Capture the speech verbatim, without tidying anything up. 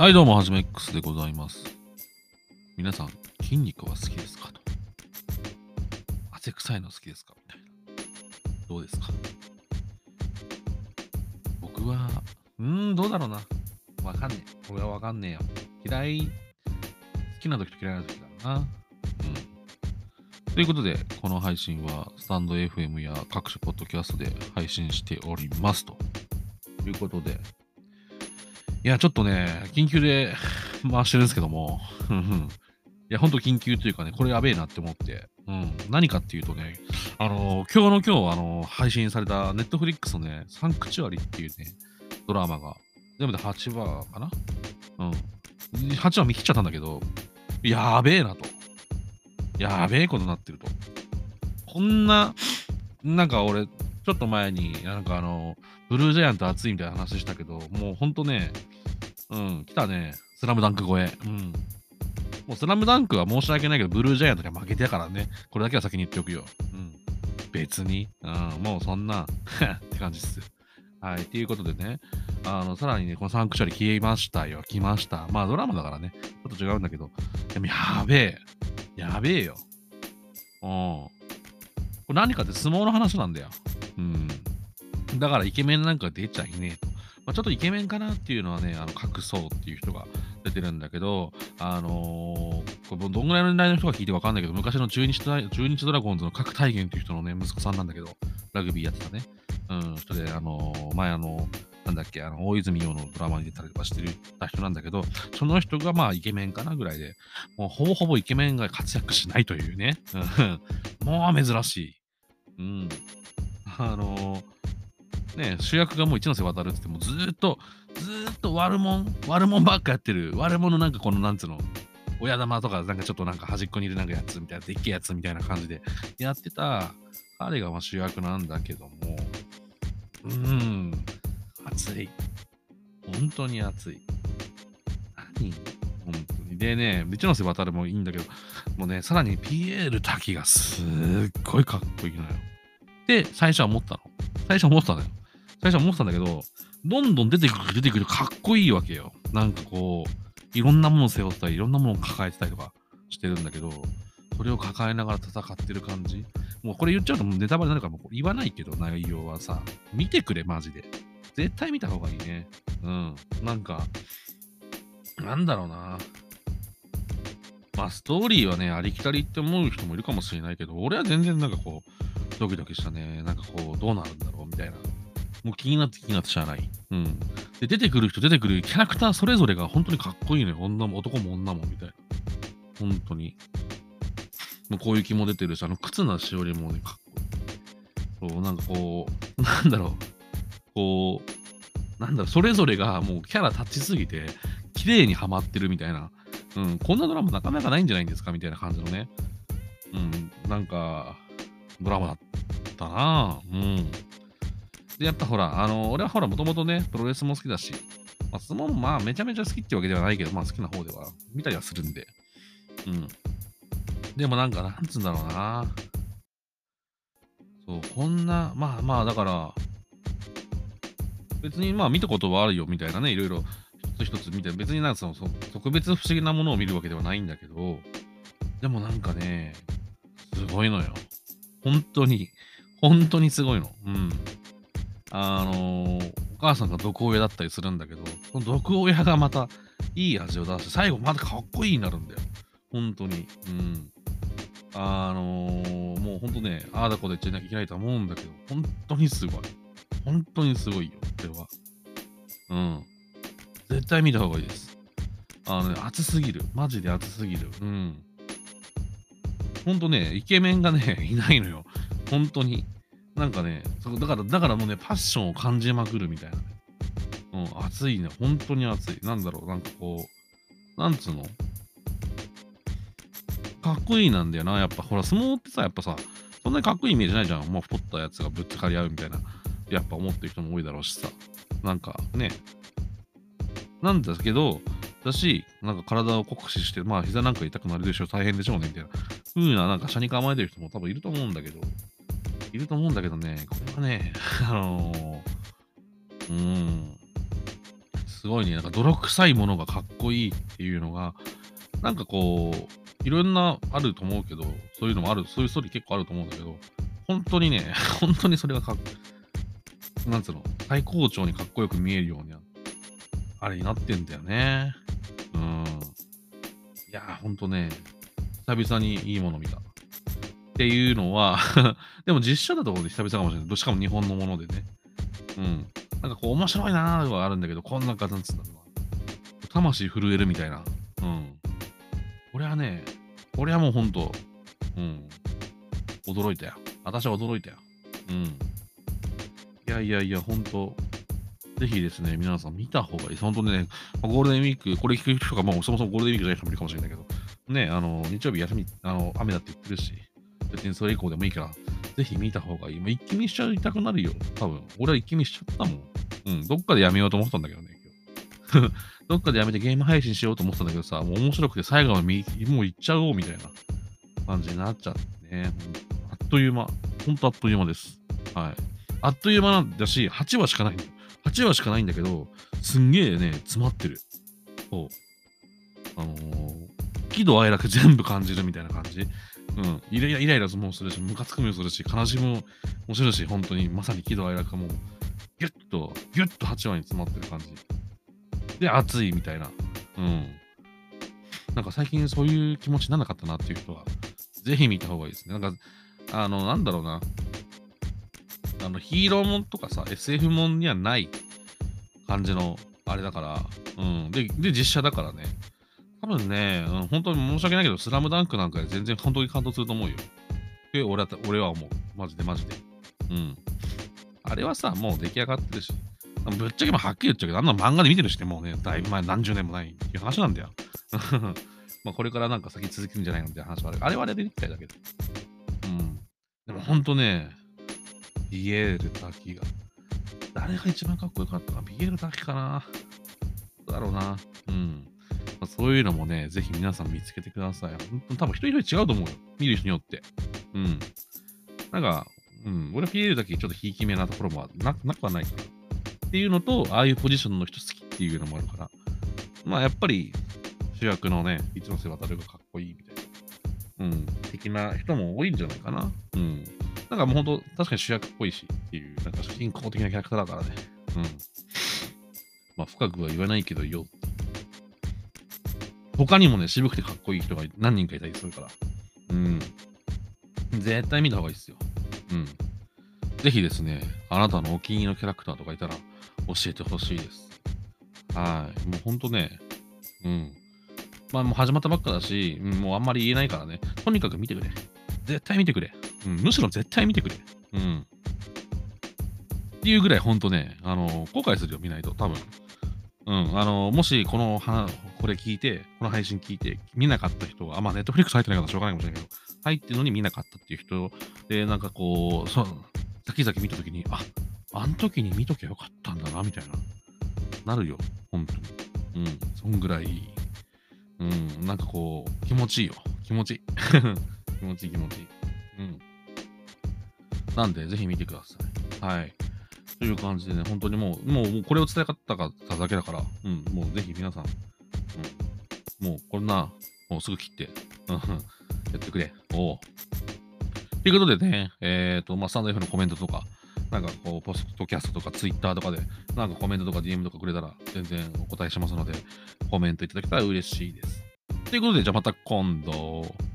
はい、どうも、はじめ X でございます。皆さん、筋肉は好きですかと。汗臭いの好きですかみたいな。どうですか？僕は、うーん、どうだろうな。わかんねえ。俺はわかんねえよ。嫌い、好きな時と嫌いな時があるな。うん。ということで、この配信は、スタンド エフエム や各種ポッドキャストで配信しておりますということで、いや、ちょっとね、緊急で回してるんですけども、ふんふん。いや、ほんと緊急というかね、これやべえなって思って、うん。何かっていうとね、あのー今日の今日、あのー配信されたネットフリックスのね、サンクチュアリっていうね、ドラマが、全部ではちわかな。うん。はちわ見切っちゃったんだけど、やべえなと。やべえことになってると。こんな、なんか俺、ちょっと前に、なんかあのブルージャイアント熱いみたいな話したけど、もうほんとね、うん、来たね。スラムダンク超え。うん。もうスラムダンクは申し訳ないけど、ブルージャイアントには負けてたからね。これだけは先に言っておくよ。うん。別に。うん、もうそんなって感じっす。はい。ということでね、あの、さらにね、このサンクチュアリ消えましたよ。来ました。まあ、ドラマだからね、ちょっと違うんだけど、でもやべえ。やべえよ。うん。これ何かって相撲の話なんだよ。うん。だからイケメンなんか出ちゃいねえと。まあ、ちょっとイケメンかなっていうのはね、あの、隠そうっていう人が出てるんだけど、あのーこれどんぐらいの年代の人が聞いてわかんないけど、昔の中日ドラ中日ドラゴンズの角大元っていう人のね、息子さんなんだけど、ラグビーやってたね。うん、人で、あのー前あのなんだっけ、あの、大泉洋のドラマに出たりとかしてるた人なんだけど、その人がまあイケメンかなぐらいで、もうほぼほぼイケメンが活躍しないというね。うんもう珍しい。うん。あのーね、主役がもう一ノ瀬渡るって言ってもずーっと、ずーっと悪者、悪者ばっかやってる。悪者なんかこのなんつうの、親玉とかなんかちょっとなんか端っこにいるなんかやつみたいな、でっけえやつみたいな感じでやってた彼がまあ主役なんだけども、うーん、熱い。本当に熱い。何本当に。でね、一ノ瀬渡るもいいんだけど、もうね、さらにピエール滝がすっごいかっこいいのよ。で、最初は思ったの。最初は思ってたのよ。最初は思ってたんだけど、どんどん出てくる出てくるかっこいいわけよ。なんかこう、いろんなものを背負ってたり、いろんなものを抱えてたりとかしてるんだけど、それを抱えながら戦ってる感じ。もうこれ言っちゃうともうネタバレになるからもう言わないけど、内容はさ、見てくれ、マジで。絶対見た方がいいね。うん。なんか、なんだろうな。まあ、ストーリーはね、ありきたりって思う人もいるかもしれないけど、俺は全然なんかこう、ドキドキしたね。なんかこう、どうなるんだろうみたいな。もう気になって気になってしゃあない。うん。で、出てくる人、出てくるキャラクターそれぞれが本当にかっこいいのよ。女も男も女もみたいな。本当に。もうこういう気も出てるし、あの、忽那しおりもね、かっこいい。そう、なんかこう、なんだろう。こう、なんだろう、それぞれがもうキャラ立ちすぎて、綺麗にはまってるみたいな。うん、こんなドラマなかなかないんじゃないんですかみたいな感じのね。うん、なんか、ドラマだったなぁ。うん。で、やっぱほら、あの、俺はほら、もともとね、プロレスも好きだし、まあ、相撲もまあ、めちゃめちゃ好きってわけではないけど、まあ、好きな方では、見たりはするんで。うん。でもなんか、なんつうんだろうな。そう、こんな、まあまあ、だから、別にまあ、見たことはあるよ、みたいなね、いろいろ、一つ一つ見て、別になんかその、そ特別不思議なものを見るわけではないんだけど、でもなんかね、すごいのよ。本当に、本当にすごいの。うん。あのーお母さんが毒親だったりするんだけど、その毒親がまたいい味を出して、最後またかっこいいになるんだよ。本当に。うん。あのーもう本当ね、ああだこで言っちゃいなきゃいけないとは思うんだけど、本当にすごい。本当にすごいよ、これは。うん。絶対見た方がいいです。あのね、熱すぎる。マジで熱すぎる。うん。ほんとね、イケメンがね、いないのよ。本当に。なんかね、そう、だからだからもうね、パッションを感じまくるみたいなね。うん、熱いね、本当に熱い。なんだろう、なんかこう、なんつうの、かっこいいなんだよな、やっぱ。ほら、相撲ってさ、やっぱさ、そんなにかっこいいイメージないじゃん。もう太ったやつがぶっつかり合うみたいな、やっぱ思ってる人も多いだろうしさ。なんかね、なんだけど、だし、なんか体を酷使して、まあ膝なんか痛くなるでしょ、大変でしょうね、みたいな。風な、なんか車に構えてる人も多分いると思うんだけど、いると思うんだけどね、これはね、あのー、うーん、 すごいね、なんか泥臭いものがかっこいいっていうのが、なんかこう、いろんなあると思うけど、そういうのもある、そういうストーリー結構あると思うんだけど、本当にね、本当にそれがかっなんつうの、最高潮にかっこよく見えるように、あれになってんだよね。うん。いやー、ほんとね、久々にいいもの見た。っていうのはでも実写だと久々かもしれない。どしかも日本のものでね。うん。なんかこう面白いなーはあるんだけど、こんなかなんつうんだろうな。魂震えるみたいな。うん。これはね、これはもうほんと、うん。驚いたよ。私は驚いたよ。うん。いやいやいや、ほんと、ぜひですね、皆さん見た方がいいです。ほんとね、まゴールデンウィーク、これ聞く人がもうそもそもゴールデンウィークじゃない人もいるかもしれないけど、ね、あの、日曜日休み、あの、雨だって言ってるし、別にそれ以降でもいいから、ぜひ見た方がいい。もう一気見しちゃいたくなるよ。多分。俺は一気見しちゃったもん。うん、どっかでやめようと思ってたんだけどね、今日。どっかでやめてゲーム配信しようと思ってたんだけどさ、もう面白くて最後まで見もう行っちゃおうみたいな感じになっちゃってね。ほんあっという間。ほんとあっという間です。はい。あっという間なんだし、はちわしかないんだよ。はちわしかないんだけど、すんげえね、詰まってる。そう。あのー、喜怒哀楽全部感じるみたいな感じ。うん。イライライライラもするし、ムカつくもするし、悲しみももするし、本当にまさに喜怒哀楽がもう、ギュッと、ギュッとはちわに詰まってる感じ。で、熱いみたいな。うん。なんか最近そういう気持ちにならなかったなっていう人は、ぜひ見た方がいいですね。なんか、あの、なんだろうな。あの、ヒーローもんとかさ、エスエフ もんにはない感じの、あれだから、うん。で、で、実写だからね。多分ね、うん、本当に申し訳ないけど、スラムダンクなんかで全然本当に感動すると思うよ。って俺は、俺は思う。マジでマジで。うん。あれはさ、もう出来上がってるし、ぶっちゃけもはっきり言っちゃうけど、あんな漫画で見てるしね、もうね、だいぶ前、何十年もないっていう話なんだよ。まあこれからなんか先続くんじゃないのみたいな話はある。あれはあれで理解だけど。うん。でもほんとね、ビエール滝が。誰が一番かっこよかったかな、ビエール滝かな。どうだろうな。うん。まあ、そういうのもね、ぜひ皆さん見つけてください。ほんと多分一人一人違うと思うよ。見る人によって。うん。なんか、うん、俺はビエール滝ちょっとひいき目なところもななくはないかな。っていうのと、ああいうポジションの人好きっていうのもあるから、まあやっぱり主役のね、一ノ瀬渡がかっこいいみたいな、うん、的な人も多いんじゃないかな。うん。なんかもうほんと、確かに主役っぽいしっていう、なんか主人公的なキャラクターだからね。うん。まあ深くは言わないけどよ。他にもね、渋くてかっこいい人が何人かいたりするから。うん。絶対見た方がいいっすよ。うん。ぜひですね、あなたのお気に入りのキャラクターとかいたら教えてほしいです。はい。もうほんとね、うん。まあもう始まったばっかだし、うん、もうあんまり言えないからね。とにかく見てくれ。絶対見てくれ。うん、むしろ絶対見てくれ。うん。っていうぐらいほんとね、あの、後悔するよ、見ないと、多分。うん、あの、もしこのはこれ聞いて、この配信聞いて、見なかった人は、あ、まあ、ネットフリックス入ってないからしょうがないかもしれないけど、入ってるのに見なかったっていう人で、なんかこう、そう、先々見たときに、あ、あん時に見ときゃよかったんだな、みたいな、なるよ、ほんとに。うん、そんぐらい、うん、なんかこう、気持ちいいよ。気持ちいい。気持ちいい気持ちいい。うん。なんで、ぜひ見てください。はい。という感じでね、本当にもう、もう、もうこれを伝えたかっただけだから、うん、もうぜひ皆さん、うん、もうこんな、もうすぐ切って、うん、やってくれ。おう。ということでね、えっ、と、まあ、スタンド F のコメントとか、なんかこう、ポストキャストとか、ツイッターとかで、なんかコメントとか ディーエム とかくれたら、全然お答えしますので、コメントいただけたら嬉しいです。ということで、じゃあまた今度。